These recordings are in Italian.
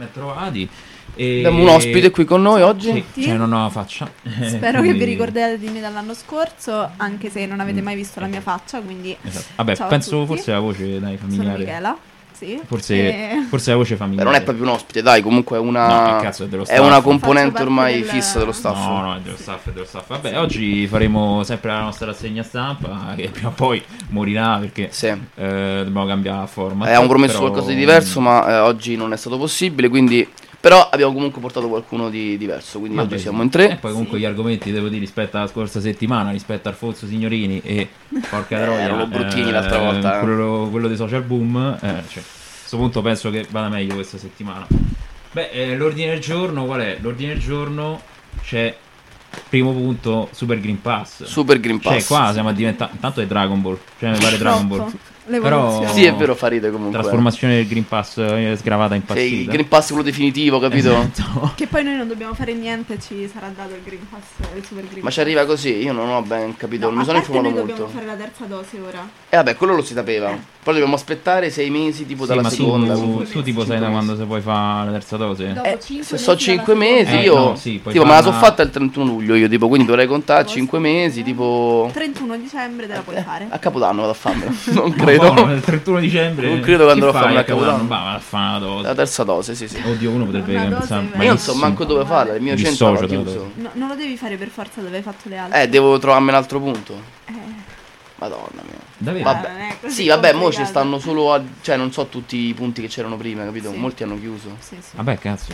Ben trovati. E... abbiamo un ospite qui con noi oggi. Sì, cioè non ho faccia. Spero quindi... che vi ricordiate di me dall'anno scorso, anche se non avete mai visto la mia faccia, quindi esatto. Vabbè, ciao a penso tutti. forse la voce dai familiare. Sono Michela, sì. Forse la voce familiare. Non è proprio un ospite, dai, comunque è una, No, che cazzo, è dello è staff. una componente Faccio ormai parte del- fissa dello staff. No, è dello staff. Vabbè, oggi faremo sempre la nostra rassegna stampa, che prima o poi morirà perché Sì. dobbiamo cambiare format. Avevamo promesso però- qualcosa di diverso, ma oggi non è stato possibile, quindi... Però abbiamo comunque portato qualcuno di diverso, quindi Vabbè, oggi sì. siamo in E 3. poi comunque gli argomenti, devo dire, rispetto alla scorsa settimana, rispetto a Alfonso Signorini e porca troia, erano bruttini l'altra volta, eh. quello dei social boom, cioè, a questo punto penso che vada meglio questa settimana. Beh, l'ordine del giorno qual è? L'ordine del giorno c'è, primo punto, Super Green Pass. Super Green Pass. Cioè qua siamo a diventare, tanto è Dragon Ball, cioè mi pare Dragon Ball. Troppo. L'evoluzione. Però- Sì, è vero, fa ride comunque. Trasformazione del Green Pass sgravata in Sì, il impazzita. Green Pass quello definitivo, capito? Esatto. Che poi noi non dobbiamo fare niente, ci sarà dato il Green Pass, il Super Green Ma Pass. ci arriva così, io non ho ben capito, No, non mi a sono parte informato noi molto. dobbiamo fare la terza dose ora. E vabbè, quello lo si sapeva. Poi dobbiamo aspettare 6 mesi tipo Sì, dalla ma seconda. tu tipo sai da 5 quando si puoi fare la terza dose? Dopo 5 Se so 5 mesi io no, sì, puoi tipo me la so farla- fatta il 31 luglio io tipo, quindi dovrei contare Cosa? 5 mesi tipo 31 dicembre te la puoi fare. a Capodanno vado a farmela. Non No, credo. il 31 dicembre. Non credo che andrò a Chi farmi fai a Capodanno. Va, va a fare una dose. La terza dose, sì, sì. Oddio, uno potrebbe Una dose pensare. è Ma io non so Malissimo. manco dove farla, il mio Mi centro dissocio era dalla chiuso. No, non lo devi fare per forza dove hai fatto le altre. Devo trovarmi un altro punto. Eh, Madonna mia. Davvero? Vabbè. non è così Sì, vabbè, mo ci complicato. stanno solo a... cioè non so tutti i punti che c'erano prima, capito? Sì. Molti hanno chiuso. Sì, sì. Vabbè, cazzo.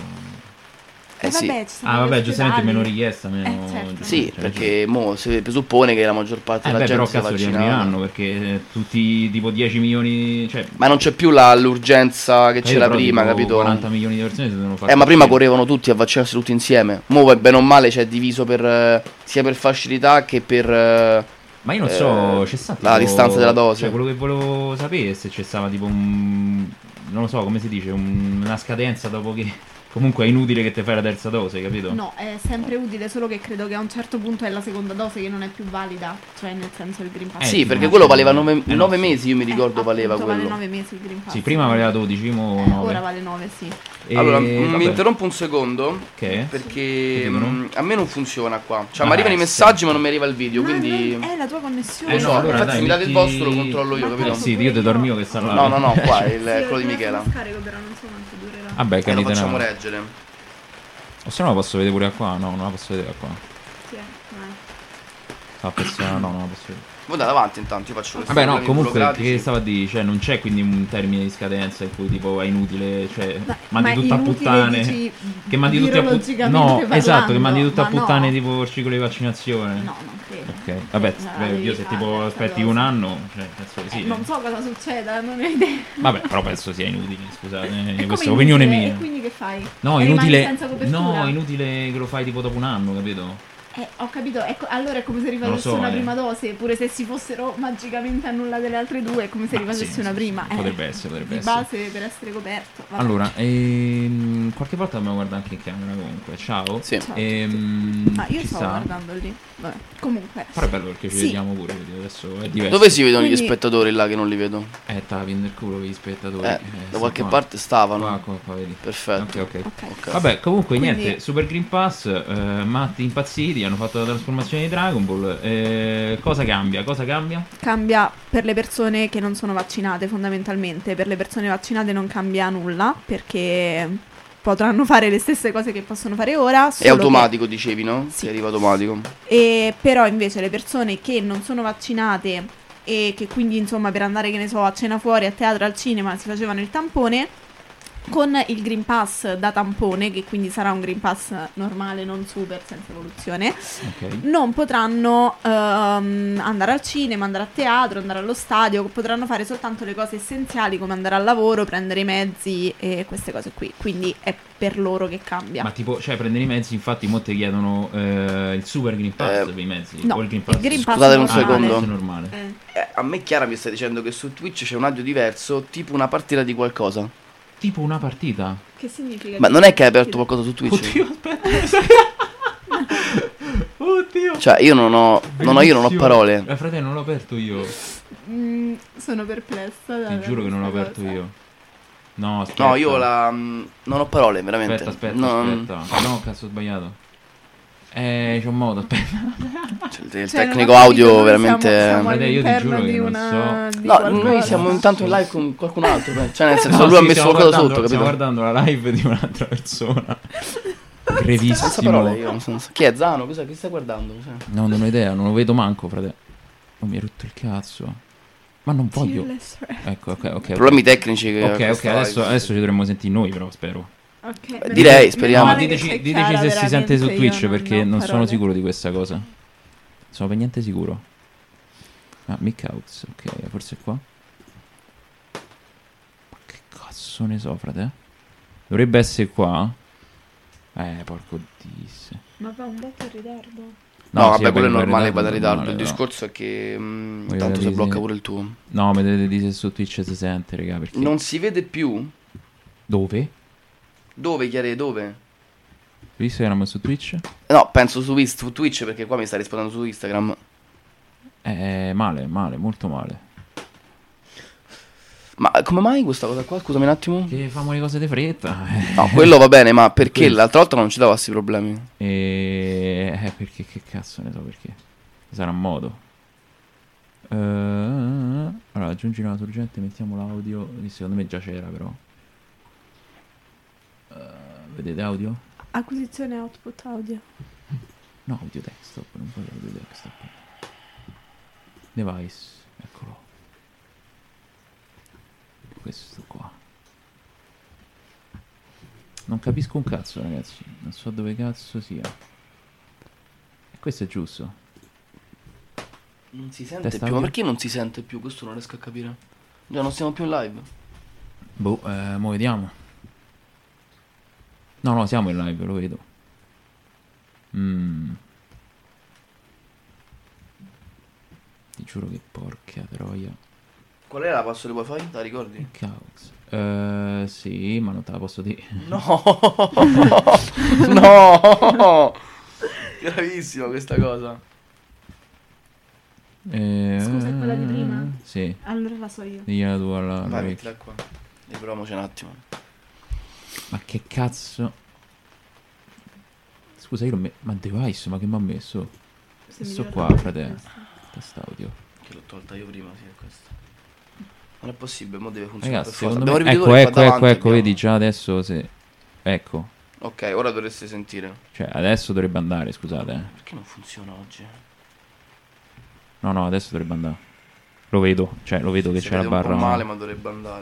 Sì. Vabbè, ci sono Ah, vabbè, gli giustamente ospedali. meno richiesta, meno. certo. Sì, cioè, perché mo si presuppone che la maggior parte della beh, gente però sia cazzo li vaccinata. apriranno perché tutti tipo 10 milioni. Cioè, Ma non c'è più l'urgenza che c'era però, prima, tipo, capito? 40 milioni di persone si devono fare. Ma prima correvano tutti a vaccinarsi tutti insieme. Mo bene o male c'è diviso per sia per facilità che per Ma io non so, c'è stato la distanza della dose. Cioè, quello che volevo sapere è se c'è stata tipo un. Non lo so, come si dice, una scadenza dopo che. Comunque è inutile che te fai la terza dose, capito? No, è sempre utile, solo che credo che a un certo punto è la seconda dose che non è più valida, cioè nel senso il Green Pass. Sì, tipo, perché quello valeva no, 9 sì. mesi, io mi ricordo valeva appunto, quello. vale 9 mesi il Green Pass. Sì, prima valeva 12, mo 9. Ora vale 9, sì. Allora, E, mi vabbè, interrompo un secondo Che? perché Che dicono? a me non funziona qua. Cioè, Ah, mi arrivano i sì. messaggi ma non mi arriva il video, Ma quindi non è la tua connessione. lo so, allora infatti dai, se mi date il metti- vostro lo controllo io, Ma capito? tanto Sì, io te dormivo che sta là. No, qua è Sì, quello di ho Michela. messo lo scarico, però non so quanto durerà. Vabbè, E lo capite, facciamo no. reggere. O se no la posso vedere pure da qua? No, non la posso vedere da qua. Sì, No, non la posso vedere. Voi andate avanti intanto, io faccio le Vabbè, no, problemi comunque burocratici. che stava a dire, cioè non c'è quindi un termine di scadenza in cui tipo è inutile, cioè Ma mandi tutto a inutile, puttane. dici, Che mandi tutti a puttane. virologicamente No, parlando, esatto, che mandi tutto a ma no. puttane tipo il ciclo di vaccinazione. No, non credo. Ok, vabbè, No, beh, devi io se fare tipo la terza aspetti dose. un anno, cioè penso che sì. Non so cosa succeda, non ho idea. Vabbè, però penso sia inutile, scusate, E come questa è opinione inutile? mia. E quindi che fai? No, Rimani inutile. senza copertura? No, inutile che lo fai tipo dopo un anno, capito? Ho capito, ecco, allora è come se rifacessi so, una prima dose, pure se si fossero magicamente annullate le altre due, è come se Ma rifacessi sì, una sì, prima. sì, potrebbe essere. Di base per essere coperto. Vabbè. Allora, qualche volta dobbiamo guardare anche in camera comunque. Ciao. Sì. Ciao. Io ci stavo sta. guardando lì. Vabbè, comunque. Però è bello perché ci Sì. vediamo pure, quindi adesso è diverso. Dove si vedono gli Quindi- spettatori là che non li vedo? Tavi nel culo gli spettatori. Da sta qualche qua. parte stavano. Qua, vedi. Perfetto. Ok. Ok. Ok. Vabbè, comunque Quindi- niente, Super Green Pass, matti impazziti, hanno fatto la trasformazione di Dragon Ball. Cosa cambia? Cambia per le persone che non sono vaccinate fondamentalmente. Per le persone vaccinate non cambia nulla perché potranno fare le stesse cose che possono fare ora. È solo automatico, dicevi, no? Sì. Che arriva automatico. E però invece le persone che non sono vaccinate e che quindi insomma per andare che ne so a cena fuori, a teatro, al cinema si facevano il tampone, con il Green Pass da tampone, che quindi sarà un Green Pass normale, non super, senza evoluzione, Ok. non potranno andare al cinema, andare a teatro, andare allo stadio, potranno fare soltanto le cose essenziali come andare al lavoro, prendere i mezzi e queste cose qui. Quindi è per loro che cambia. Ma tipo, cioè prendere i mezzi, infatti molti chiedono il Super Green Pass per i mezzi. No, o il Green Pass. il Green Pass Scusate un normale. secondo. È normale. A me Chiara mi sta dicendo che su Twitch c'è un audio diverso, tipo una partita di qualcosa. Tipo una partita. Che significa? Ma non è che hai aperto qualcosa su Twitch? Oddio, aspetta. Oddio. Cioè, io non ho Bellissimo. parole. Fratello, non l'ho aperto io. Sono perplessa. Ti giuro che non l'ho aperto io. No, aspetta. No, io non ho parole, veramente. Aspetta. Non- No, cazzo, ho sbagliato. C'è un modo, aspetta. Cioè, il Cioè, tecnico non ho audio capito, noi veramente. siamo Frate, io ti all'interno giuro che di non una... di No, qualcosa. noi siamo intanto in live con qualcun altro. Cioè, nel senso, No, lui ha sì, messo stiamo qualcosa guardando- sotto, Stiamo capito? guardando la live di un'altra persona. Senza Gravissimo. parole, io non so. Chi è Zano? Cos'è? Che stai guardando? Cos'è? No, non ho idea, non lo vedo manco, frate. Oh, mi hai rotto il cazzo. Ma non voglio. Tearless Red. Ecco, ok. Problemi tecnici. Che Ok, questa adesso, live. adesso ci dovremmo sentire noi, però, spero. Ok, direi, meno speriamo. No, male che diteci, sei diteci chiara, se si sente su veramente, Twitch, io perché non sono parole. sicuro di questa cosa. Sono per niente sicuro. Ah, Mickouts, ok, forse è qua. Ma che cazzo ne so, frate? Dovrebbe essere qua. Porco disse. Ma va un botto in ritardo. No, sì, vabbè, quello è in normale che vada in normale, ritardo. Il però. discorso è che Voglio tanto si vedere blocca se- pure il tuo. No, mi dovete dire se su Twitch si sente, raga, perché... Non si vede più? Dove? Dove, Chiare? Dove? Su Instagram o su Twitch? No, penso su Twitch perché qua mi sta rispondendo su Instagram. Male, molto male. Ma come mai questa cosa qua? Scusami un attimo. Che famo le cose di fretta. No, quello va bene, ma perché Questo. l'altra volta non ci dava questi problemi? Perché che cazzo ne so perché. Sarà un modo. Allora, aggiungi una sorgente, mettiamo l'audio. Che secondo me già c'era, però. Vedete audio? Acquisizione output audio. No, audio desktop, non voglio audio desktop. Device, eccolo. Questo qua. Non capisco un cazzo, ragazzi. Non so dove cazzo sia. E questo è giusto. Non si sente Testa più. Ma audio? perché non si sente più? Questo non riesco a capire. Già non siamo più in live. Boh, mo vediamo. No, siamo in live, lo vedo. Ti giuro che porca troia. Qual era la password wifi? La ricordi? Cazzo. Sì, ma non te la posso dire. No! No! Gravissima questa cosa. Scusa, è quella di prima? Sì, Allora la so io. digliela tu alla Vai, vecchia. mettila qua. Riproviamoci un attimo. Ma che cazzo? Scusa, io non me... Ma device, ma che mi ha messo? Se mi Sto ricordo qua, bene frate. questo. Testa audio. Che l'ho tolta io prima, sì, è questa. Non è possibile, mo deve funzionare Ragazzi, per forza. secondo me... Abbiamo i ripetori qua davanti, Ecco, abbiamo. vedi già adesso se... Ecco. Ok, ora dovreste sentire. Cioè, adesso dovrebbe andare, scusate. Perché non funziona oggi? No, adesso dovrebbe andare. Lo vedo, cioè, lo vedo che Si c'è la vede un barra. po' male, ma dovrebbe andare.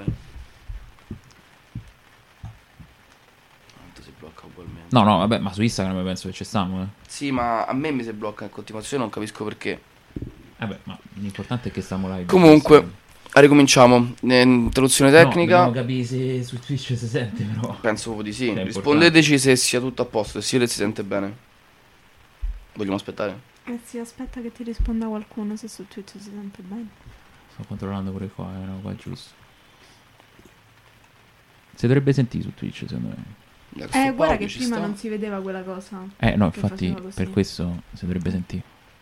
Tanto si blocca ugualmente. No, vabbè, ma su Instagram penso che ci stiamo, eh. Sì, ma a me mi si blocca in continuazione, non capisco perché. Vabbè, ma l'importante è che stiamo live. Comunque, ricominciamo. Interruzione tecnica. No, capire se su Twitch si sente, però. Penso proprio di sì. È Rispondeteci se sia tutto a posto, se si sente bene. Vogliamo aspettare? Sì, aspetta che ti risponda qualcuno se su Twitch si sente bene. Sto controllando pure qua, no, qua è giusto. Si dovrebbe sentire su Twitch, secondo me. Guarda che prima non si vedeva quella cosa. No, Che infatti, faceva così. per questo si dovrebbe sentire.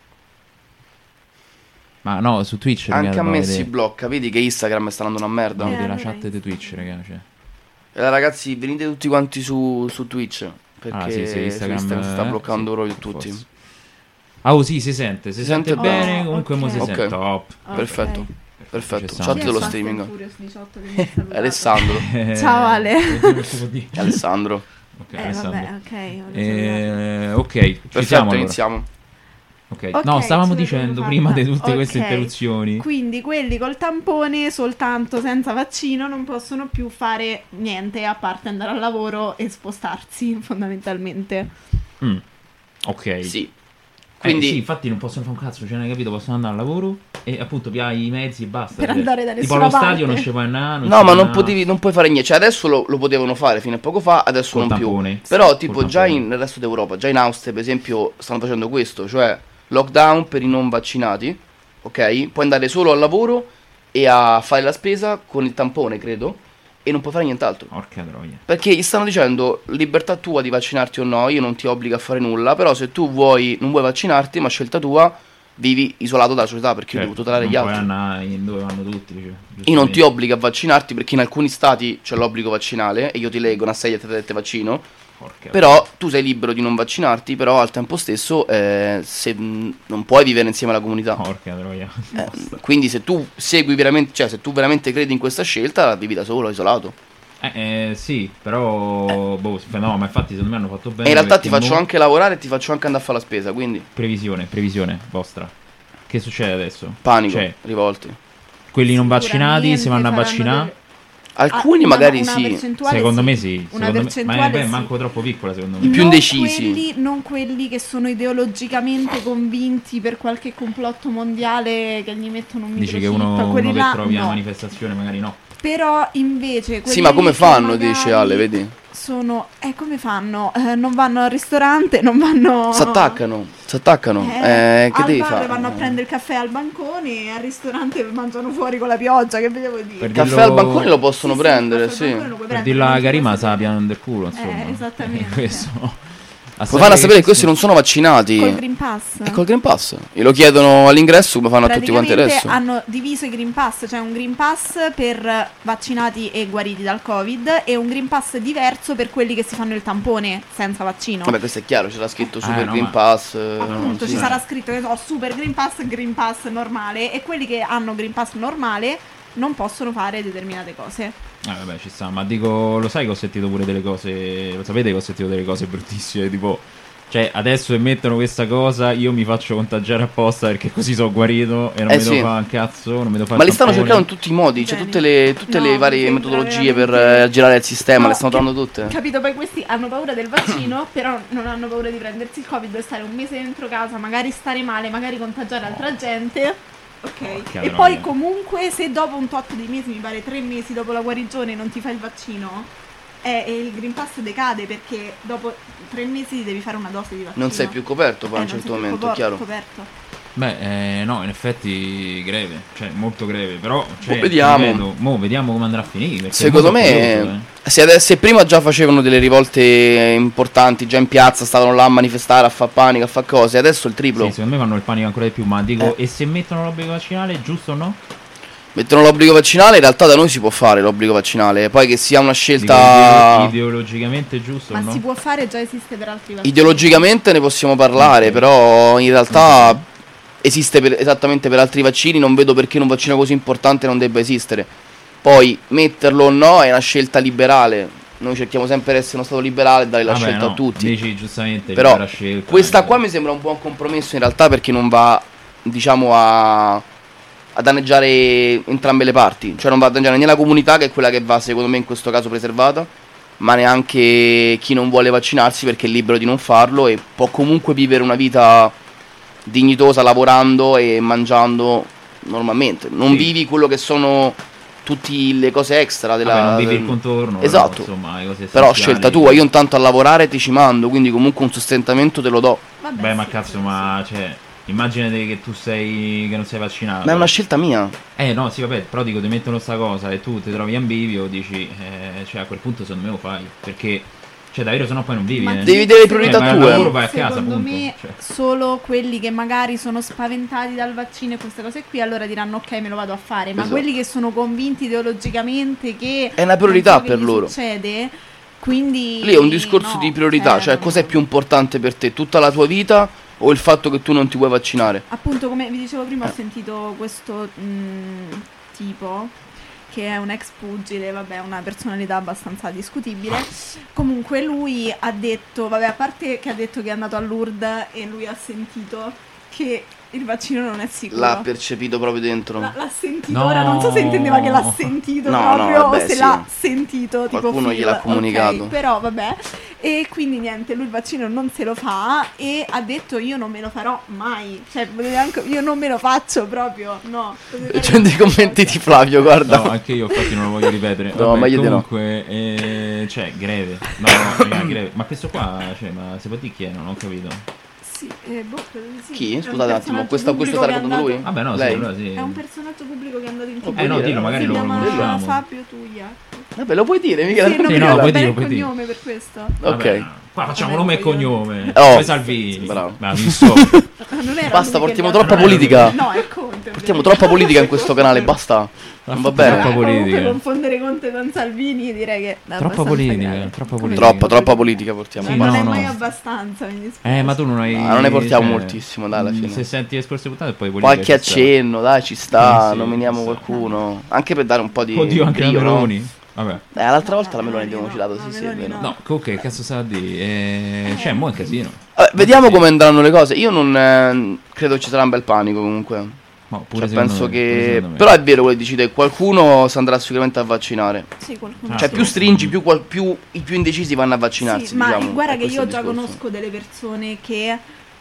Ma no, su Twitch, Anche raga, a me dobbiamo si vedere. blocca, vedi che Instagram sta andando una merda. Dobbiamo vedere la allora chat di Instagram. Twitch, raga, cioè. Ragazzi, venite tutti quanti su Twitch. Perché Ah, sì, su Instagram, si sta bloccando sì, proprio per tutti. forza. Ah, oh sì, si sente sente bene, bene? comunque mo si Ok. sente top. Ok. Perfetto. Perfetto. Ci Chat stanno. Chi è dello Fast and streaming. Furious 18 che mi ha salutato? Alessandro. Ciao, Ale. È Alessandro. Ok, Alessandro. Vabbè, ok. volevo salutare. Ok, ci siamo Perfetto, allora. iniziamo. Ok. Ok, No, stavamo ce dicendo l'abbiamo prima di fatta. tutte queste Ok. interruzioni. Quindi quelli col tampone soltanto senza vaccino non possono più fare niente a parte andare al lavoro e spostarsi fondamentalmente. Ok. Sì. Quindi Quindi infatti non possono fare un cazzo, cioè non hai capito, possono andare al lavoro e appunto via i mezzi e basta. Per Cioè, andare da tipo nessuna allo parte. stadio non ci puoi andare. no, ma non puoi fare niente. Cioè, adesso lo potevano fare fino a poco fa, adesso Col non tampone. più. Però, Col tipo, già tampone. nel resto d'Europa, già in Austria, per esempio, stanno facendo questo, cioè lockdown per i non vaccinati, ok? Puoi andare solo al lavoro e a fare la spesa con il tampone, credo, e non puoi fare nient'altro. Porca troia. Perché gli stanno dicendo libertà tua di vaccinarti o no, io non ti obbligo a fare nulla, però se tu vuoi, non vuoi vaccinarti, ma scelta tua, vivi isolato dalla società perché devo tutelare gli altri. Dove vanno tutti, cioè, Io non ti obbligo a vaccinarti perché in alcuni stati c'è l'obbligo vaccinale e io ti leggo una sedia e te vaccino. Porca Però tu sei libero di non vaccinarti, però al tempo stesso se non puoi vivere insieme alla comunità. Porca troia. Quindi se tu segui veramente, cioè se tu veramente credi in questa scelta, vivi da solo, isolato. Sì, però no, ma infatti secondo me hanno fatto bene. E in realtà ti perché faccio anche lavorare e ti faccio anche andare a fare la spesa, quindi previsione vostra. Che succede adesso? panico, Cioè, rivolti. quelli non vaccinati si vanno a Sicuramente vaccinare? Alcuni magari sì. percentuale Secondo sì. me sì. Una Secondo me, percentuale ma è sì. manco troppo piccola secondo I me. più Non indecisi. non quelli che sono ideologicamente convinti per qualche complotto mondiale che gli mettono un Dici che microchip, uno quelli che là trovi a no. manifestazione magari no. Però invece Sì, quelli ma come che fanno, magari dice Ale, vedi? sono come fanno? Non vanno al ristorante, non vanno S'attaccano. Al Che devi bar fare? vanno a prendere il caffè al bancone e al ristorante mangiano fuori con la pioggia, che vi devo dire? Per Il caffè dirlo- al bancone lo possono Sì, prendere, il caffè al sì. bancone lo puoi Per prendere, dirla non ti Karima puoi sa la sedere. piano del culo, insomma. Esattamente. Questo. A Come fanno a sapere che che questi non sono vaccinati? Col Green Pass. E col Green Pass. Glielo chiedono all'ingresso come fanno a tutti quanti Praticamente adesso. hanno diviso i Green Pass, cioè un Green Pass per vaccinati e guariti dal Covid e un Green Pass diverso per quelli che si fanno il tampone senza vaccino. Vabbè, questo è chiaro, c'era scritto Super no, Green ma- Pass. Appunto, sì. ci sarà scritto che so, Super Green Pass normale, e quelli che hanno Green Pass normale non possono fare determinate cose. Vabbè, ci sta, ma dico, lo sai che ho sentito pure delle cose, lo sapete che ho sentito delle cose bruttissime, tipo, cioè, adesso che mettono questa cosa, io mi faccio contagiare apposta perché così sono guarito e non mi sì. devo fare un cazzo, non mi devo fare Ma il li stanno tampone. cercando in tutti i modi, cioè Bene. tutte No, le varie mi sembra metodologie per veramente- aggirare il sistema, No, le stanno che- trovando tutte. Capito? Poi questi hanno paura del vaccino, però non hanno paura di prendersi il Covid e stare un mese dentro casa, magari stare male, magari contagiare altra gente. Ok. Porca E troia. poi comunque se dopo un tot di mesi, mi pare 3 mesi dopo la guarigione, non ti fai il vaccino, e il Green Pass decade perché dopo 3 mesi devi fare una dose di vaccino. Non sei più coperto poi a un non certo sei più momento, chiaro. coperto. Beh, no, in effetti greve, cioè molto greve, però cioè, Vediamo. ripeto, vediamo come andrà a finire. perché Secondo mo sono me, curioso, se prima già facevano delle rivolte importanti, già in piazza stavano là a manifestare, a fare panico, a fare cose, adesso il triplo. Sì, secondo me fanno il panico ancora di più, ma dico, e se mettono l'obbligo vaccinale, giusto o no? Mettono l'obbligo vaccinale, in realtà da noi si può fare l'obbligo vaccinale, poi che sia una Dico, scelta... ideologicamente giusto o Ma no? si può fare, già esiste per altri vaccini. Ideologicamente ne possiamo parlare, Ok. però in realtà esiste esattamente per altri vaccini, non vedo perché un vaccino così importante non debba esistere. Poi metterlo o no è una scelta liberale, noi cerchiamo sempre di essere uno stato liberale e dare la Vabbè, scelta no, a tutti. Dici giustamente, Però libera scelta, questa qua mi sembra un buon compromesso in realtà perché non va, diciamo, a danneggiare entrambe le parti, cioè non va a danneggiare né la comunità, che è quella che va secondo me in questo caso preservata, ma neanche chi non vuole vaccinarsi perché è libero di non farlo e può comunque vivere una vita dignitosa lavorando e mangiando normalmente. Non Sì. vivi quello che sono tutte le cose extra della... Vabbè, non vivi il contorno, Esatto. però, insomma, le cose Però essenziali. scelta tua, io intanto a lavorare ti ci mando, quindi comunque un sostentamento te lo do. Vabbè, Beh, ma sì, cazzo, sì, ma cioè, immaginate che tu sei che non sei vaccinato. Ma è una scelta mia. No, sì, vabbè, però dico, ti mettono sta cosa e tu ti trovi in bivio, dici, cioè a quel punto secondo me lo fai, perché cioè davvero sennò poi non vivi, Ma Devi vedere le priorità vai al tue. lavoro, vai a casa, Secondo appunto. me Cioè. solo quelli che magari sono spaventati dal vaccino e queste cose qui allora diranno ok, me lo vado a fare, ma Esatto. quelli che sono convinti ideologicamente che È una priorità non so che per gli loro. succede, quindi Lì è un discorso no, di priorità, cioè cos'è più importante per te, tutta la tua vita o il fatto che tu non ti vuoi vaccinare? Appunto, come vi dicevo prima, ho sentito questo tipo che è un ex pugile, vabbè, una personalità abbastanza discutibile. Comunque lui ha detto, vabbè, a parte che ha detto che è andato a Lourdes e lui ha sentito che il vaccino non è sicuro. L'ha percepito proprio dentro. L'ha sentito, No. ora non so se intendeva che l'ha sentito No, proprio no, vabbè, o se sì. l'ha sentito tipo Qualcuno feel, gliel'ha ok, comunicato. però vabbè, e quindi niente, lui il vaccino non se lo fa e ha detto io non me lo farò mai, cioè potete anche, io non me lo faccio proprio, no. Potete C'è dei fare commenti cosa. di Flavio, guarda. No, anche io infatti non lo voglio ripetere. No, Vabbè, meglio di no. comunque, cioè, greve. No, raga, greve. Ma questo qua, cioè, ma se può dire chi è? Non ho capito. Sì, credo di sì. Chi? È un Scusate un attimo, personaggio questo pubblico sta che è raccontando lui? andato- Vabbè, no, sì, Lei? allora sì. È un personaggio pubblico che è andato in TV. No, dillo, magari si lo chiama conosciamo. Fabio Tuia. Vabbè, lo puoi dire, mica Sì, non Sì, mi no, ricordo puoi bene dire, il puoi dire. cognome per questo. Vabbè, Ok. qua facciamo Vabbè, nome e coglione. cognome. Oh. Come Salvini. Bravo. Ma mi so. Non era Basta, lui che portiamo li ha- troppa Non era politica. No, è Conte. Portiamo troppa politica in questo canale, basta. Non va bene. Troppa Comunque politica. confondere Conte con Salvini direi che è Troppa abbastanza politica, grave. troppa Come politica. Troppa politica portiamo. Sì, non no, è no. mai abbastanza, mi dispiace. Ma tu non hai. No, non ne portiamo cioè, moltissimo, dai, alla fine. Se senti le scorse puntate poi politica Qualche ci sta. accenno, dai, ci sta, Sì, nominiamo ci sta. qualcuno. Anche per dare un po' di Oddio, anche la brio, no? Meloni. Vabbè. L'altra volta la No, Meloni abbiamo no, citato, no, sì, sì, è Meloni vero. no. No, comunque, che cazzo sta a dire? Cioè, mo' è un casino. Vediamo come andranno le cose. Io non credo ci sarà un bel panico comunque. No, pure Cioè, secondo penso me, pure che. secondo me. Però è vero quello che dici te, qualcuno si andrà sicuramente a vaccinare. Sì, qualcuno. Ah, Cioè, sì. più stringi, i più indecisi vanno a vaccinarsi. Sì, ma diciamo. guarda È che questo io il già discorso. conosco delle persone che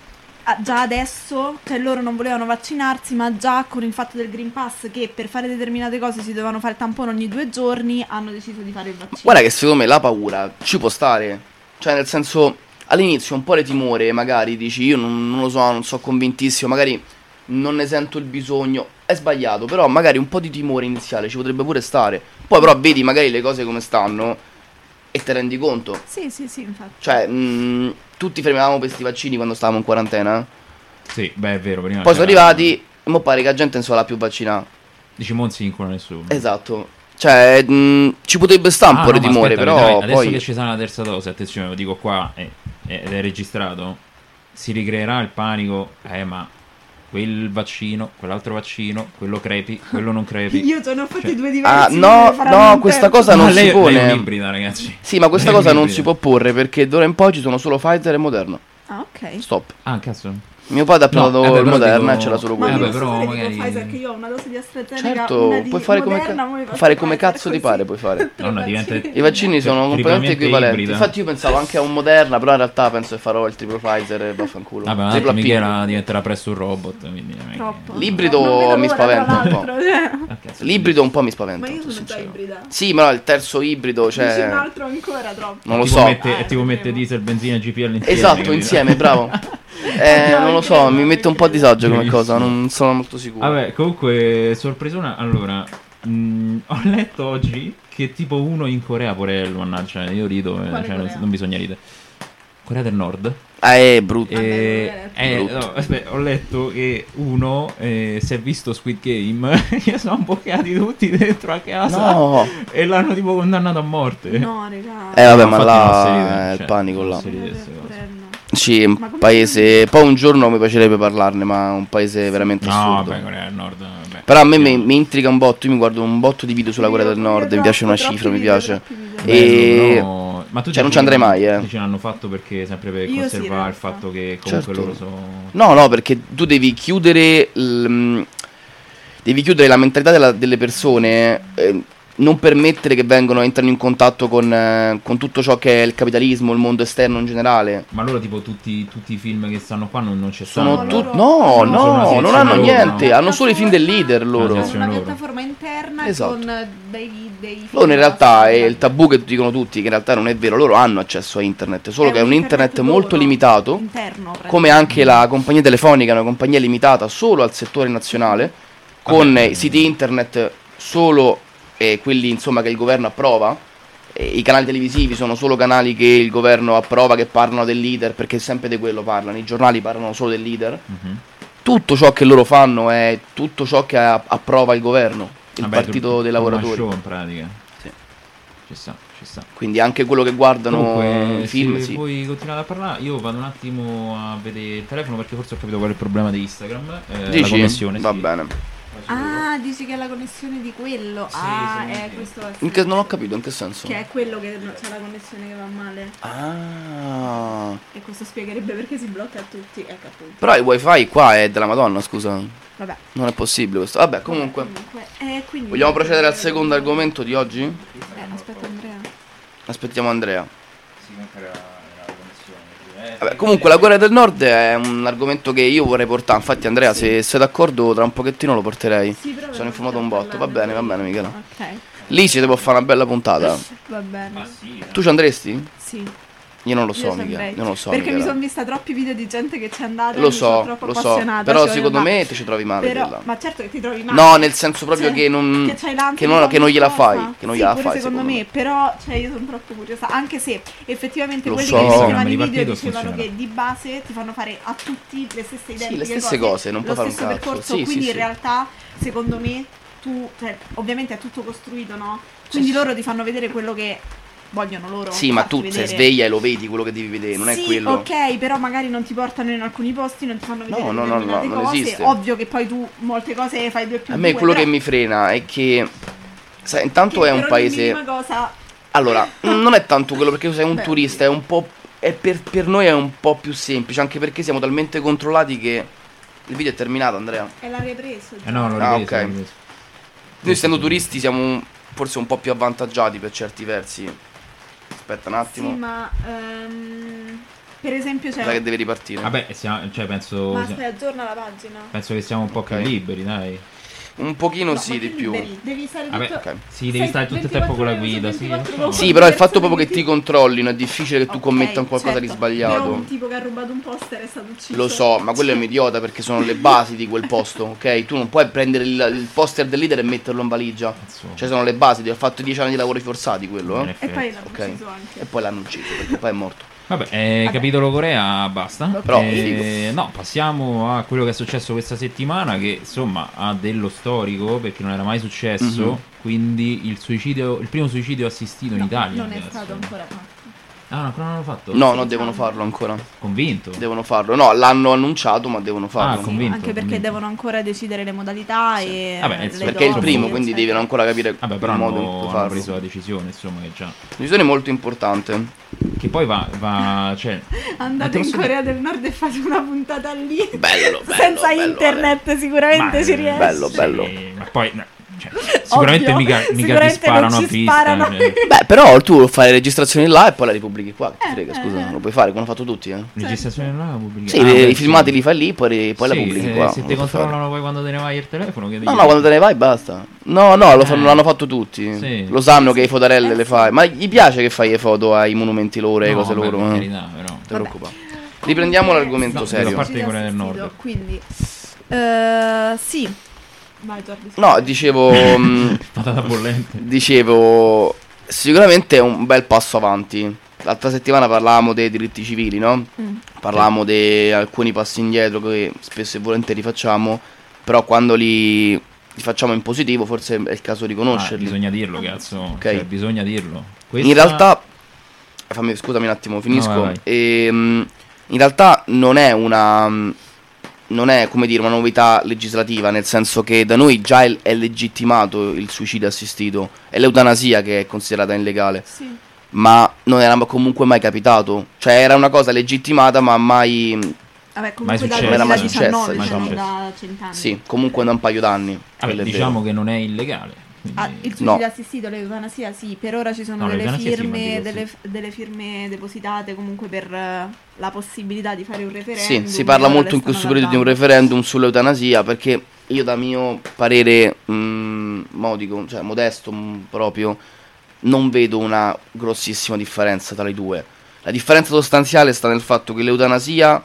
già adesso, cioè loro non volevano vaccinarsi, ma già con il fatto del Green Pass che per fare determinate cose si dovevano fare il tampone ogni 2 giorni, hanno deciso di fare il vaccino. Guarda che secondo me la paura ci può stare. Cioè, nel senso, all'inizio un po' di timore, magari dici io non lo so, non so convintissimo, magari non ne sento il bisogno. È sbagliato, però magari un po' di timore iniziale ci potrebbe pure stare. Poi però vedi magari le cose come stanno e te rendi conto. Sì, infatti. Cioè, tutti fremevamo per questi vaccini quando stavamo in quarantena. Sì, beh, è vero. Prima Poi sono c'era- arrivati e mo pare che la gente non se la più vaccinare. Dici, mo' non si incola nessuno. Esatto. Cioè, ci potrebbe stare un Ah, po' di no, ma timore, aspetta, però vedrai, adesso poi. che ci sarà la terza dose, attenzione, lo dico qua ed è registrato, si ricreerà il panico, ma quel vaccino, quell'altro vaccino, quello crepi, quello non crepi. Io ce ne ho fatti Cioè- due Ah, diversi. no, ne faranno no, un questa terzo. cosa non si lei è pone. un'ibrida, ragazzi. Sì, ma questa Lei è cosa non un'ibrida. si può porre perché d'ora in poi ci sono solo Pfizer e Moderna. Ah, ok. Stop. Ah, cazzo. Mio padre ha prenotato vabbè, il però Moderna dico- e c'era solo Ma quello. vabbè, mi però posso fare magari- tipo Pfizer che io ho una dose di AstraZeneca, Certo, una di puoi fare come, Moderna, mo mi faccio fare come Pfizer cazzo ti così. pare, puoi fare. Nonna, diventa- I vaccini sono completamente triplamente equivalenti. ibrida. Infatti io pensavo anche a un Moderna, però in realtà penso che farò il triplo Pfizer e vaffanculo. Vabbè, ma Triplo tanto P. Michela diventerà presto un robot, quindi non è che- Troppo. L'ibrido Non vedo mi l'ora, spaventa tra un po'. l'altro, cioè. Ah, cazzo. L'ibrido un po' mi spaventa. Ma io sono sono già sincero. ibrida. Sì, ma no, il terzo ibrido, Dici un cioè. altro ancora troppo. Non lo Tipo so. Mette, tipo mette vedremo. diesel, benzina e GPL insieme. Esatto, capito? insieme, bravo. Non lo so, mi mette un po' a disagio come cosa, non sono molto sicuro. Vabbè, comunque, sorpresona. Allora, ho letto oggi che tipo uno in Corea, porello, mannaggia, io rido, Quale cioè, Corea? non bisogna ridere. Corea del Nord. Ah, è brutto. No, aspetta, ho letto che uno si è visto Squid Game, gli sono boccati tutti dentro a casa No. e l'hanno tipo condannato a morte. No, raga. Vabbè, No, ma infatti non si là ride, è il cioè, panico non là. si ride queste cose. Porello. Sì, un Ma come paese. Poi un giorno mi piacerebbe parlarne, ma è un paese veramente No, assurdo. vabbè, Corea del Nord, vabbè. Però a me mi intriga un botto. Io mi guardo un botto di video sulla Corea del Nord. Mi piace una Troppi cifra, mi video, piace. troppi video. E- No, ma tu cioè, non dici ci andrei che mai, dici l'hanno fatto perché sempre per Io sì, conservare in il realtà. fatto che comunque Certo. loro sono. No, perché tu devi chiudere. Devi chiudere la mentalità delle persone. Non permettere che entrino in contatto con tutto ciò che è il capitalismo, il mondo esterno in generale. Ma loro tipo tutti i film che stanno qua non c'è Sono stanno. loro- No, sono una non sezione hanno loro, niente. no? Hanno solo i film del leader loro. Una Una sezione loro. piattaforma interna Esatto. con dei Loro in realtà è il tabù che dicono tutti, che in realtà non è vero, loro hanno accesso a internet, solo che è un internet molto limitato, interno, come anche la compagnia telefonica è una compagnia limitata solo al settore nazionale, con Vabbè. siti internet solo quelli insomma che il governo approva. I canali televisivi sono solo canali che il governo approva, che parlano del leader, perché sempre di quello parlano, i giornali parlano solo del leader. Mhm. Tutto ciò che loro fanno è tutto ciò che approva il governo, il Vabbè, partito dei lavoratori. Show in pratica. Sì. Ci sta, ci sta. Quindi anche quello che guardano Comunque, i film, se sì. voi continuate a parlare, io vado un attimo a vedere il telefono perché forse ho capito qual è il problema di Instagram. La Dici? connessione. Va sì. bene. Ah, dici che è la connessione di quello. Sì, Ah, sì, è sì. questo Non ho capito in che senso. che è quello che c'è la connessione che va male. Ah. E questo spiegherebbe perché si blocca a tutti. Ecco appunto. Però il wifi qua è della Madonna, scusa. Vabbè. Non è possibile questo. Vabbè, comunque. Quindi Vogliamo procedere al secondo argomento di oggi? Aspetta Andrea. Aspettiamo Andrea. Sì, manca la connessione. Vabbè, comunque la Corea del Nord è un argomento che io vorrei portare. Infatti Andrea, se sei d'accordo, tra un pochettino lo porterei. Sì, però Sono però informato un stiamo botto. Va parlando bene, di- Michela. Ok. Lì si può fare una bella puntata. Va bene. Ma sì, Tu ci andresti? Sì. Io non lo so, Io ci Michele. andrei. Non lo so. Perché mi Michela. sono vista troppi video di gente che ci è andata. Lo e mi sono so, troppo lo so. appassionata. Però Cioè, secondo ma- me te ci trovi male. Però, quella. ma certo che ti trovi male. No, nel senso proprio Cioè, che non. c'hai l'ansia Che di non, fare che non gliela qualcosa. fai. Che non Sì, gliela pure fai. secondo me. Però, cioè, io sono troppo curiosa. Anche se effettivamente Lo quelli so. che facevano Programmi i di video partito dicevano funzionano. che di base ti fanno fare a tutti le stesse identiche le stesse cose, non puoi lo fare un stesso cazzo. percorso. Sì, Quindi sì, in sì. realtà, secondo me, tu, cioè, ovviamente è tutto costruito, no? Quindi loro ti fanno vedere quello che vogliono loro. Sì, ma farti tu vedere. sei sveglia e lo vedi quello che devi vedere, non è Sì, quello. ok, però magari non ti portano in alcuni posti, non ti fanno vedere No, determinate non cose. esiste. Ovvio che poi tu molte cose fai 2 più A me 2, quello però che mi frena è che. Sai, intanto è un paese. Cosa... Allora, non è tanto quello perché tu sei un Beh, turista, è un po'. Per noi è un po' più semplice, anche perché siamo talmente controllati che. Il video è terminato, Andrea. E l'ha ripreso. No, l'ho Ah, ripreso, ok. l'ho ripreso. Noi essendo turisti siamo forse un po' più avvantaggiati per certi versi. Aspetta un Sì, attimo. ma per esempio c'è... Dai che deve ripartire. Vabbè, cioè, penso aggiorna la pagina. che siamo un po' più Ok. liberi, dai. Un pochino No, sì ma di che più. liberi? Devi stare Vabbè, tutto... ok. Sì, devi stare tutto il tempo con la guida, sì. lo so. Sì, però il fatto proprio che ti controllino è difficile che tu commetta un qualcosa di Però sbagliato. un tipo che ha rubato un poster è stato ucciso. Lo so, ma quello è un idiota perché sono le basi di quel posto, ok? Tu non puoi prendere il poster del leader e metterlo in valigia. Cazzo. Cioè sono le basi, ti ha fatto 10 anni di lavori forzati quello, In eh? E poi l'ha Ok. ucciso anche. E poi l'hanno ucciso perché poi è morto. Vabbè, Vabbè. capitolo Corea, basta. Però, No, passiamo a quello che è successo questa settimana, che insomma ha dello storico perché non era mai successo. Mhm. Quindi il primo suicidio assistito in No, Italia. non è adesso. stato ancora fatto. Ah, no, ancora non l'hanno fatto? No, Sì, no, devono diciamo. farlo ancora. Convinto. Devono farlo. No, l'hanno annunciato, ma devono farlo. Ah, convinto. Anche perché convinto. devono ancora decidere le modalità e Vabbè, le perché Perché è il dosi, primo, quindi eccetera. devono ancora capire Vabbè, però il modo in cui hanno farlo. preso la decisione, insomma, che già. Decisione molto importante. Che poi va cioè. Andate te lo in so- Corea del Nord e fate una puntata lì. Bello, Senza bello, internet sicuramente Ma- ci riesce. bello, sì, bello. Ma poi. Cioè, sicuramente Ovvio, mica ti sicuramente sparano non a ci vista. sparano. Cioè. Beh, però tu fai le registrazioni là e poi la ripubblichi qua. Che ti frega, scusa, eh. lo puoi fare come hanno fatto tutti, eh? Registrazione là pubblica. Sì, Ah, beh, i filmati li fai lì, poi la Sì, pubblichi se qua. te lo puoi controllano fare. poi quando te ne vai il telefono, che No, no, quando te ne vai basta. No, l'hanno fatto tutti. Sì. Lo sanno che i fotarelle le sì. fai. Ma gli piace che fai le foto ai monumenti loro e No, cose vabbè, loro. per eh. carità, però. Non ti preoccupare. Riprendiamo l'argomento No, serio. a parte di Corea del Nord. Assistito, quindi sì. Vai Giordi. No, dicevo. Patata bollente. Dicevo. Sicuramente è un bel passo avanti. L'altra settimana parlavamo dei diritti civili, no? Parlavamo di alcuni passi indietro che spesso e volentieri facciamo. Però quando li facciamo in positivo, forse è il caso di conoscerli. Bisogna dirlo, cazzo. Ok. Cioè, bisogna dirlo. In realtà, scusami un attimo, finisco. No, vai. In realtà non è non è come dire una novità legislativa, nel senso che da noi già è legittimato il suicidio assistito, è l'eutanasia che è considerata illegale, Sì. ma non era comunque mai capitato, cioè era una cosa legittimata ma mai, Vabbè, Mai comunque dal successo. Era mai 2019, successo, cioè non diciamo. da 100 anni. sì, comunque da un paio d'anni. Vabbè, quello è diciamo vero. che non è illegale. quindi- Ah, il suicidio No. assistito, l'eutanasia sì, per ora ci sono No, delle l'eutanasia sì, ma firme, dico sì. delle firme depositate comunque per la possibilità di fare un Sì, referendum. si parla ora molto le in questo stanno periodo di un guardando. referendum sull'eutanasia perché io da mio parere modico, cioè modesto proprio, non vedo una grossissima differenza tra i due. La differenza sostanziale sta nel fatto che l'eutanasia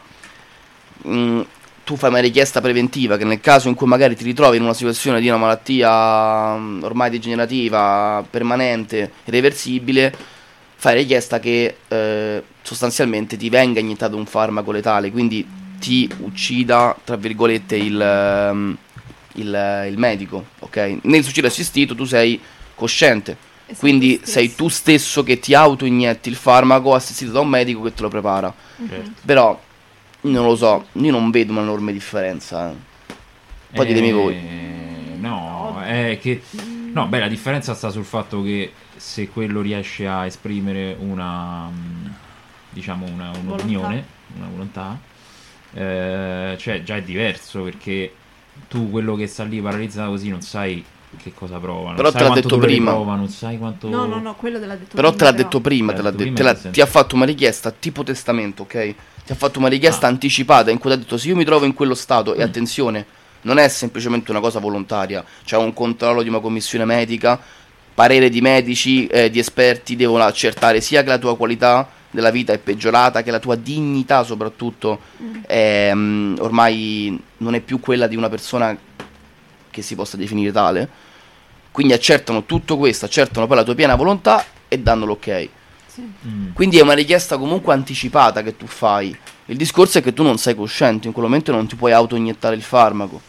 tu fai una richiesta preventiva che nel caso in cui magari ti ritrovi in una situazione di una malattia ormai degenerativa, permanente, irreversibile, fai richiesta che sostanzialmente ti venga iniettato un farmaco letale, quindi ti uccida, tra virgolette, il medico, ok? Nel suicidio assistito tu sei cosciente, E sei quindi tu sei stesso. tu stesso che ti autoinietti il farmaco assistito da un medico che te lo prepara. Certo. Però non lo so, io non vedo una enorme differenza. Poi ditemi voi. No, è che. No, beh, la differenza sta sul fatto che se quello riesce a esprimere diciamo un'opinione, una volontà, cioè già è diverso perché tu quello che sta lì paralizzato così non sai che cosa prova, non Però sai te l'ha quanto detto dolore prima. prova, non sai quanto. No, quello te l'ha detto Però prima, te l'ha detto prima, Te l'ha detto prima, nel senso. ti ha fatto una richiesta tipo testamento, ok? Ti ha fatto una richiesta Ah. anticipata in cui ti ha detto se io mi trovo in quello stato, e attenzione, non è semplicemente una cosa volontaria, c'è un controllo di una commissione medica, parere di medici, di esperti, devono accertare sia che la tua qualità della vita è peggiorata, che la tua dignità soprattutto è, ormai non è più quella di una persona che si possa definire tale. Quindi accertano tutto questo, accertano poi la tua piena volontà e danno l'ok. Sì. Quindi è una richiesta comunque anticipata che tu fai. Il discorso è che tu non sei cosciente, in quel momento non ti puoi auto-iniettare il farmaco.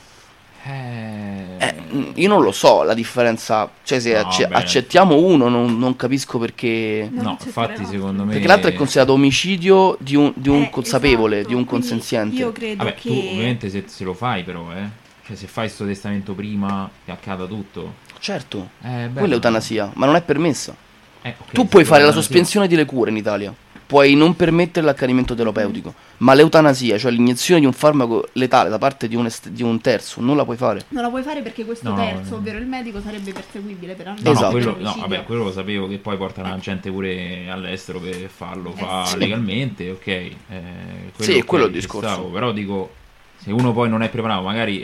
Io non lo so la differenza, cioè se No, vabbè. accettiamo uno non capisco perché. Non No, accetterei infatti l'altro. secondo me... Perché l'altro è considerato omicidio di un consapevole, esatto, di un quindi consenziente. Io credo Vabbè, che tu ovviamente se lo fai però, cioè se fai sto testamento prima che accada tutto... Certo, bello. quella è eutanasia, ma non è permessa. Ok, Tu se puoi fare la l'eutanasia- sospensione delle cure in Italia, puoi non permettere l'accanimento terapeutico, ma l'eutanasia, cioè l'iniezione di un farmaco letale da parte di un terzo, non la puoi fare. non la puoi fare perché questo No, terzo, no. ovvero il medico, sarebbe perseguibile per No, Esatto. quello, omicidio. vabbè, quello lo sapevo che poi portano la gente pure all'estero per farlo, fa sì. legalmente, ok. Sì, ok, quello è il ci discorso. stavo, però dico, se uno poi non è preparato, magari,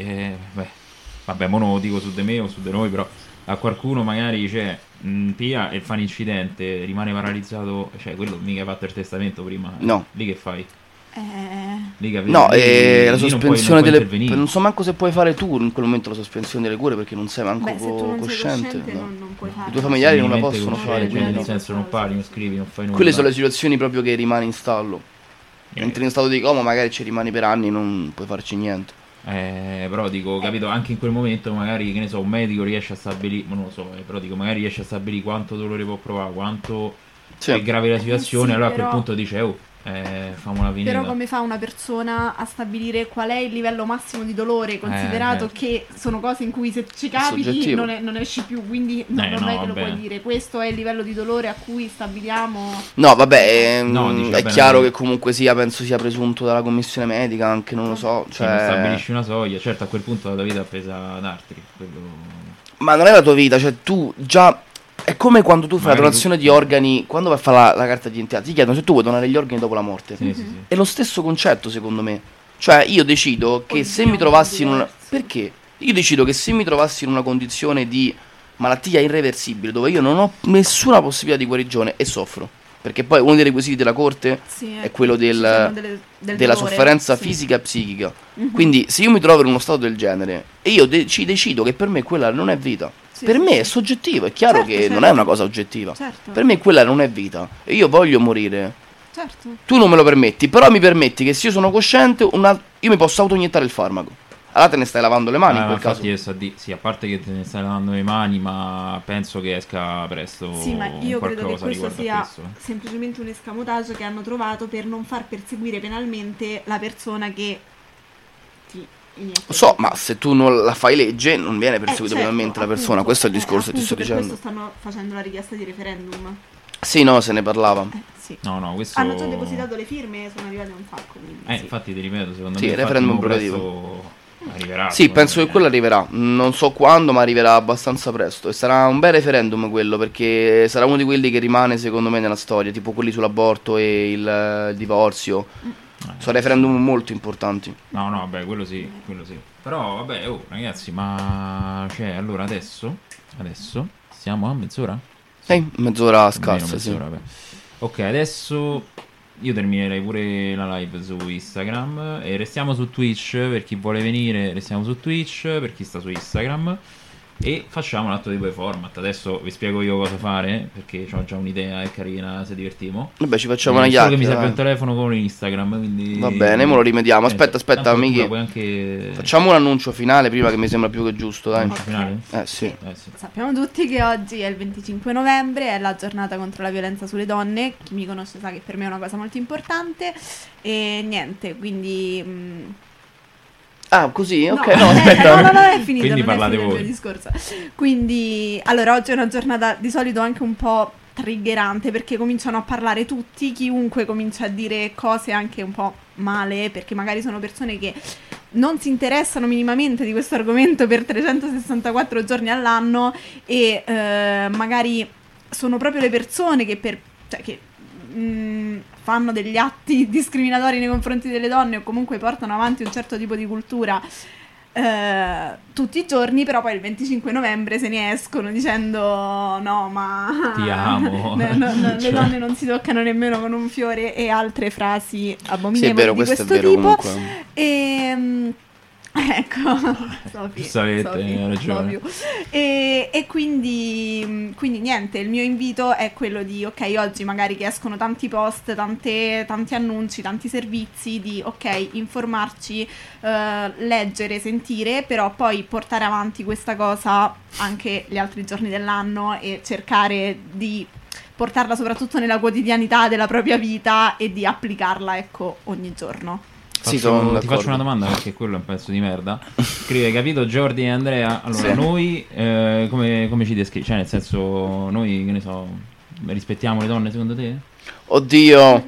vabbè, mo non lo dico su di me o su di noi, però a qualcuno magari, cioè, pia e fa un incidente, rimane paralizzato, cioè, quello mica hai fatto il testamento prima. No. Lì che fai? Eh, Lì capito? No, Lì la non puoi sospensione delle. intervenire. Non so manco se puoi fare tu in quel momento la sospensione delle cure perché non sei manco beh, se tu non sei cosciente. cosciente no. non puoi farlo. I tuoi familiari non la Minimamente possono conoscere, fare, cioè, quindi nel no. senso non parli, non scrivi, non fai nulla. Quelle sono le situazioni proprio che rimani in stallo. Eh. Entri in stato di coma, magari ci rimani per anni, non puoi farci niente. Però dico, capito, anche in quel momento magari, che ne so, un medico riesce a stabilire, non lo so, però dico, magari riesce a stabilire quanto dolore può provare, quanto Sì. è grave la situazione, Sì, allora a però- quel punto dice, oh, famo una pineta. Però come fa una persona a stabilire qual è il livello massimo di dolore, considerato certo. che sono cose in cui se ci capiti soggettivo. non esci più, quindi non no, è che lo vabbè. puoi dire. Questo è il livello di dolore a cui stabiliamo. No, vabbè, No, dici, è vabbè, chiaro non- che comunque sia, penso sia presunto dalla commissione medica, anche non lo so, Sì, non cioè. stabilisci una soglia, certo a quel punto la tua vita è presa ad altri, quello... Ma non è la tua vita, cioè tu già. È come quando tu fai la Magari donazione tu- di organi, quando vai a fare la carta di identità, ti chiedono se tu vuoi donare gli organi dopo la morte. Sì, sì, sì. È lo stesso concetto, secondo me. Cioè, io decido che Oddio, se mi trovassi in una. diversi. Perché? Io decido che se mi trovassi in una condizione di malattia irreversibile, dove io non ho nessuna possibilità di guarigione e soffro. Perché poi uno dei requisiti della corte Sì, è quello ci sono del della dolore, sofferenza sì. fisica e psichica. Quindi, se io mi trovo in uno stato del genere e io decido che per me quella non è vita, Sì, per sì, me sì. è soggettivo, è chiaro Certo, che certo. non è una cosa oggettiva. Certo, Per me quella non è vita e io voglio morire. certo. Tu non me lo permetti, però mi permetti che se io sono cosciente, io mi posso auto-iniettare il farmaco. Allora te ne stai lavando le mani in ma quel caso. infatti io sto a sì, a parte che te ne stai lavando le mani, ma penso che esca presto Sì, ma io credo che qualcosa questo riguardo a sia questo. semplicemente un escamotage che hanno trovato per non far perseguire penalmente la persona che ti inietta. Lo so, ma se tu non la fai legge, non viene perseguita certo, penalmente la persona. appunto, Questo è il discorso che ti sto appunto dicendo. Per questo stanno facendo la richiesta di referendum. Sì, no, se ne parlava. Sì. No, questo... Hanno già depositato le firme, sono arrivate un sacco. Quindi sì. Infatti ti ripeto, secondo Sì, me il referendum infatti, mo abrogativo. presto arriverà. Sì, secondo penso me. che quello arriverà. Non so quando, ma arriverà abbastanza presto. E sarà un bel referendum quello, perché sarà uno di quelli che rimane, secondo me, nella storia. Tipo quelli sull'aborto e il divorzio. Sono referendum molto importanti. No, vabbè, quello sì, quello sì. Però, vabbè, oh, ragazzi, ma... Cioè, allora adesso siamo a mezz'ora? Mezz'ora Più o meno scarsa, sì. mezz'ora, vabbè. Ok, adesso io terminerei pure la live su Instagram e restiamo su Twitch per chi vuole venire, restiamo su Twitch per chi sta su Instagram e facciamo un altro tipo di format. Adesso vi spiego io cosa fare perché ho già un'idea, è carina, se divertimo. Vabbè, ci facciamo una Solo che mi chiacchiera. serve un telefono con Instagram, quindi... Va bene, mo lo rimediamo. Aspetta, Tanto tu amici. la puoi anche... Facciamo un annuncio finale prima che mi sembra più che giusto, dai. Annuncio finale? Sì. Sì. Sappiamo tutti che oggi è il 25 novembre, è la giornata contro la violenza sulle donne. Chi mi conosce sa che per me è una cosa molto importante. E niente, quindi... Ah, così? Ok, no, no, aspetta. no, è finito. Quindi non è parlate finito il voi. mio discorso. Quindi, allora, oggi è una giornata di solito anche un po' triggerante perché cominciano a parlare tutti, chiunque comincia a dire cose anche un po' male, perché magari sono persone che non si interessano minimamente di questo argomento per 364 giorni all'anno e magari sono proprio le persone che fanno degli atti discriminatori nei confronti delle donne o comunque portano avanti un certo tipo di cultura tutti i giorni, però poi il 25 novembre se ne escono dicendo no, ma Ti amo. le Cioè. donne non si toccano nemmeno con un fiore e altre frasi Sì, è abominevoli vero, di questo è questo vero tipo. comunque. Ecco, Sofì, Giustamente, Sofì, hai ragione. love you. E quindi niente, il mio invito è quello di, ok, oggi magari che escono tanti post, tanti annunci, tanti servizi, di ok, informarci, leggere, sentire, però poi portare avanti questa cosa anche gli altri giorni dell'anno e cercare di portarla soprattutto nella quotidianità della propria vita e di applicarla, ecco, ogni giorno. Sì, sono Ti d'accordo. faccio una domanda perché quello è un pezzo di merda. Scrive, capito Jordi e Andrea? Allora, Sì. noi come ci descrivi? Cioè, nel senso, noi, che ne so, rispettiamo le donne secondo te? Oddio,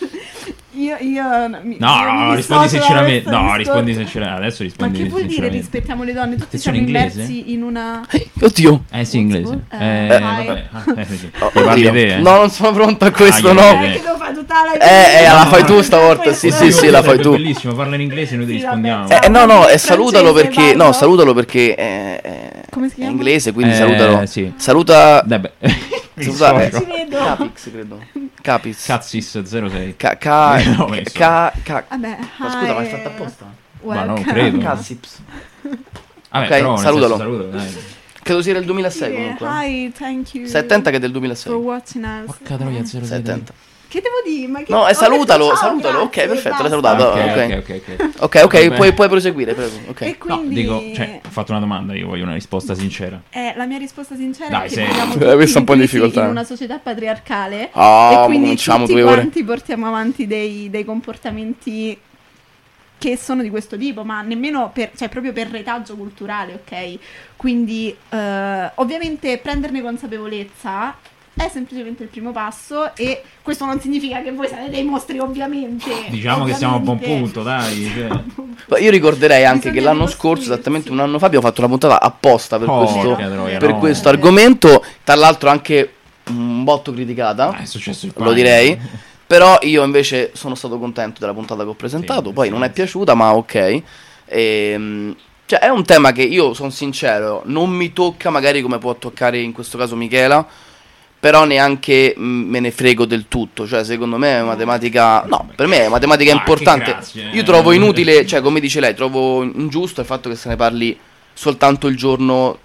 Io No, mi no, rispondi dissocio da sinceramente. questa No, risposta. rispondi sinceramente. Adesso Ma rispondi che vuol dire sinceramente. rispettiamo le donne? Tutti Attenzione, siamo inglese? immersi in una... oddio. Sì, inglese. Hi. Vabbè. Sì. Oh, Ne parli oddio. te, eh? No, non sono pronto a questo, io no. vedo. che devo fare tutta la... la No, fai tu no, stavolta, sì, questo- sì, la fai Sarebbe tu. Bellissimo, parla in inglese e noi ti Sì, rispondiamo. vabbè. No, no, Francese, salutalo perché... parlo. No, salutalo perché è Come si è chiama? inglese, quindi salutalo. Sì. Saluta... Dai, beh. Saluta... Ci vedo. Capix, credo. Capix. Cazzis 06. Ca... ho messo. Vabbè, Ma scusa, ma è hi. fatta apposta? Ma non Welcome. credo. Cassips. Vabbè, Ok, però nel salutalo. senso, saluto, dai. Credo sia del 2006 Sì, comunque. hi, thank you. Stai attenta che è del For 2006. watching us. Porca troia, 06. Stai attenta. Che devo dire? Ma che... No, ho detto salutalo, ciao, salutalo. Ok, grazie, perfetto, l'hai basta. salutato. Ok. Ok, Vabbè. puoi proseguire, prego. Ok. E No, quindi... dico, cioè, ho fatto una domanda, io voglio una risposta sincera. La mia risposta sincera Dai, è che sei- viviamo Questa è un po' in tutti difficoltà. in una società patriarcale Ah, e ma quindi cominciamo tutti 2 ore. quanti portiamo avanti dei comportamenti che sono di questo tipo, ma nemmeno per, cioè proprio per retaggio culturale, ok? Quindi ovviamente prenderne consapevolezza è semplicemente il primo passo e questo non significa che voi siete dei mostri, ovviamente. Diciamo che siamo a buon Ovviamente. punto, dai. Cioè. Ma io ricorderei anche che Bisogna l'anno scorso, ricostruirsi. esattamente un anno fa, abbiamo fatto una puntata apposta per questo, Porca troia, per no. questo argomento. Tra l'altro anche un botto criticata, È successo il lo pane. direi. Però io invece sono stato contento della puntata che ho presentato. Sì, Poi sì, non è sì. piaciuta, ma ok. Cioè è un tema che io sono sincero, non mi tocca magari come può toccare in questo caso Michela. Però neanche me ne frego del tutto. Cioè secondo me è una tematica... No, per me è una tematica Ah, importante. che grazie. Io trovo inutile, cioè come dice lei, trovo ingiusto il fatto che se ne parli soltanto il giorno...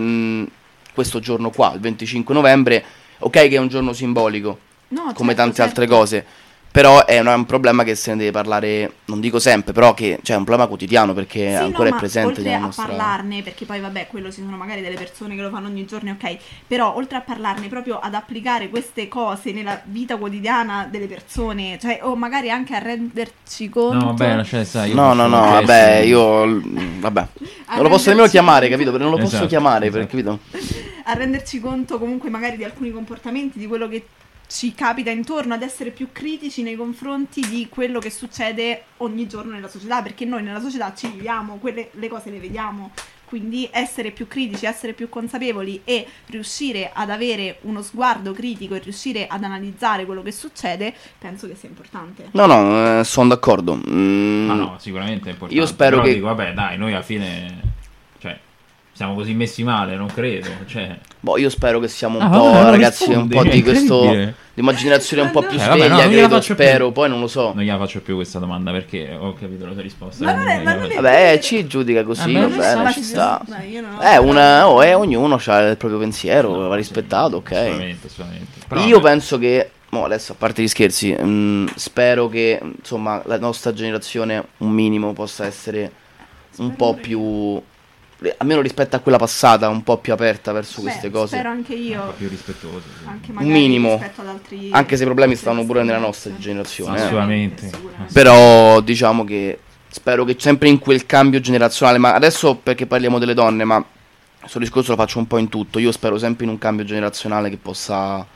questo giorno qua, il 25 novembre. Ok che è un giorno simbolico, No, come certo, tante certo. altre cose. Però è un problema che se ne deve parlare, non dico sempre, però che cioè, è un problema quotidiano perché Sì, ancora no, è ma presente oltre nella a nostra... parlarne, perché poi vabbè, quello ci sono magari delle persone che lo fanno ogni giorno, ok, però oltre a parlarne proprio ad applicare queste cose nella vita quotidiana delle persone, cioè o magari anche a renderci conto. No, vabbè, lasciate stare. io No, faccio no, un gesto. vabbè, io... Vabbè. a Non lo posso renderci nemmeno chiamare, conto- capito? Perché non lo posso Esatto, chiamare, esatto. capito? A renderci conto comunque magari di alcuni comportamenti, di quello che ci capita intorno, ad essere più critici nei confronti di quello che succede ogni giorno nella società, perché noi nella società ci viviamo, le cose le vediamo. Quindi essere più critici, essere più consapevoli e riuscire ad avere uno sguardo critico e riuscire ad analizzare quello che succede, penso che sia importante. No, no, sono d'accordo. Ma no, sicuramente è importante. Io spero Però che... dico, vabbè, dai, noi alla fine... Cioè, siamo così messi male, non credo. Cioè... Boh, io spero che siamo un Ah, po', vabbè, non ragazzi, un rispondi, po' di è questo... incredibile. Di una generazione un po' più Vabbè, sveglia, no, non gliela credo, faccio più. spero, poi non lo so. Non gliela faccio più questa domanda perché ho capito la tua risposta. Ma non è- ma non è- Vabbè, ci giudica così, Vabbè, va bene, ma ci sta. No, io non ho Ognuno ha il proprio pensiero, va rispettato, ok. Assolutamente. Però, Io vabbè, penso che, adesso a parte gli scherzi, spero che insomma la nostra generazione un minimo possa essere un po' più, almeno rispetto a quella passata, un po' più aperta verso queste cose. Spero anche un po' io, più rispettoso. sì. anche Un magari minimo. rispetto ad altri, Anche se i problemi stanno pure nella nostra generazione. Assolutamente. Sicuramente. Però diciamo che spero che sempre in quel cambio generazionale, ma adesso perché parliamo delle donne, ma questo discorso lo faccio un po' in tutto. Io spero sempre in un cambio generazionale che possa...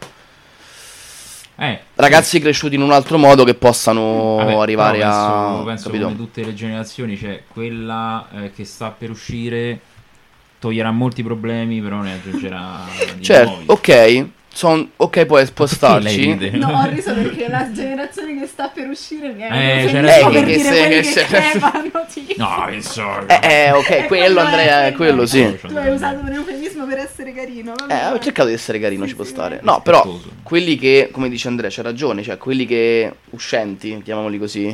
Ragazzi cresciuti in un altro modo che possano vabbè, arrivare però a... penso capito? come tutte le generazioni, cioè quella che sta per uscire toglierà molti problemi, però ne aggiungerà di Certo, nuovi. ok, ok, può Lei spostarci. ride. No, ho riso perché la generazione che sta per uscire mi c'è è ragione. per che dire se- quelli che che se- crepano, tipo. No, penso. Ok, quello Andrea, quello sì. Tu hai usato un eufemismo per essere carino. Vabbè, Ho cercato di essere carino, Sì, ci può sì, stare. vabbè. No, però Rispettoso. quelli che, come dice Andrea, c'ha ragione, cioè quelli che uscenti, chiamiamoli così,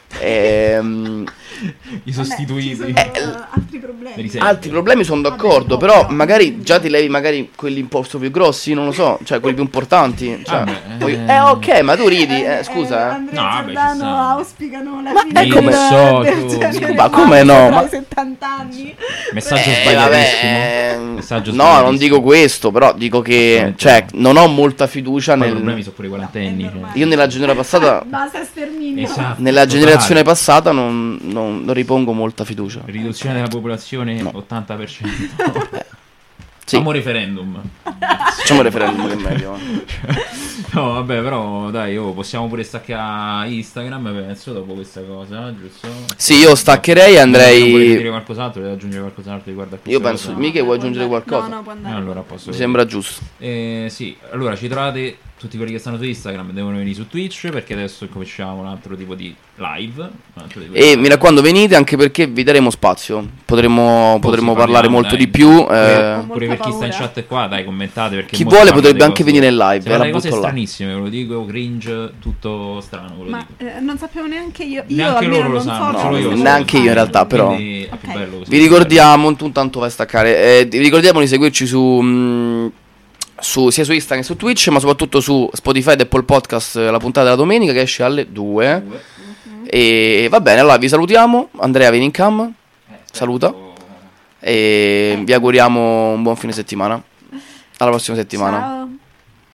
I sostituiti. Vabbè, ci sono altri problemi. Risenti. altri problemi sono Vabbè, d'accordo, no, però però- magari già ti levi magari quelli un po' più grossi, non lo so, cioè quelli più importanti. Cioè, Vabbè, poi- ok, ma tu ridi, scusa. Andrea No, e vabbè, ci Giordano sta. auspicano la fine è come- del so, genere ma come umano no? tra Ma- i 70 anni. Messaggio Vabbè, sbagliatissimo. Messaggio no, non sbagliatissimo. dico questo, però dico che, Assolutamente cioè, no. non ho molta fiducia Poi i nel... problemi sono pure i quarantenni. È cioè. normale. Io nella generazione passata, Basta sterminio. Esatto. nella Totale. generazione passata non ripongo molta fiducia. Riduzione della popolazione No. 80%. Sì. Famo referendum. Facciamo il referendum che è meglio. No, vabbè, però dai, possiamo pure staccare Instagram, penso, dopo questa cosa, giusto? Sì, io staccherei e andrei- Non volete dire qualcos'altro? Volete aggiungere qualcos'altro riguardo a questa Io penso, cosa? mica vuoi aggiungere qualcosa? No, può andare. Allora, posso. Mi sembra giusto. Sì, allora ci trovate tutti quelli che stanno su Instagram devono venire su Twitch perché adesso cominciamo un altro tipo di live. un altro tipo di E live. mi raccomando, venite anche perché vi daremo spazio. Potremmo Sì, parlare parliamo, molto dai. di più. Ho Pure per molta chi sta in paura. chat qua, dai, commentate perché Chi mo vuole si parla potrebbe di anche cose- venire in live, si parla la di cose butto là. stranissime, ve lo dico, cringe, tutto strano, ve lo Ma dico. non sappiamo neanche io. Io Neanche almeno loro lo non sanno, so solo come io lo so. neanche io in realtà, però. Quindi è più Ok. bello così. Vi ricordiamo, tu intanto vai a staccare. Vi ricordiamo di seguirci sia su Instagram che su Twitch, ma soprattutto su Spotify ed Apple Podcast, la puntata della domenica che esce alle 2. E va bene, allora vi salutiamo. Andrea, vieni in cam. Saluta. E vi auguriamo un buon fine settimana. Alla prossima settimana. Ciao.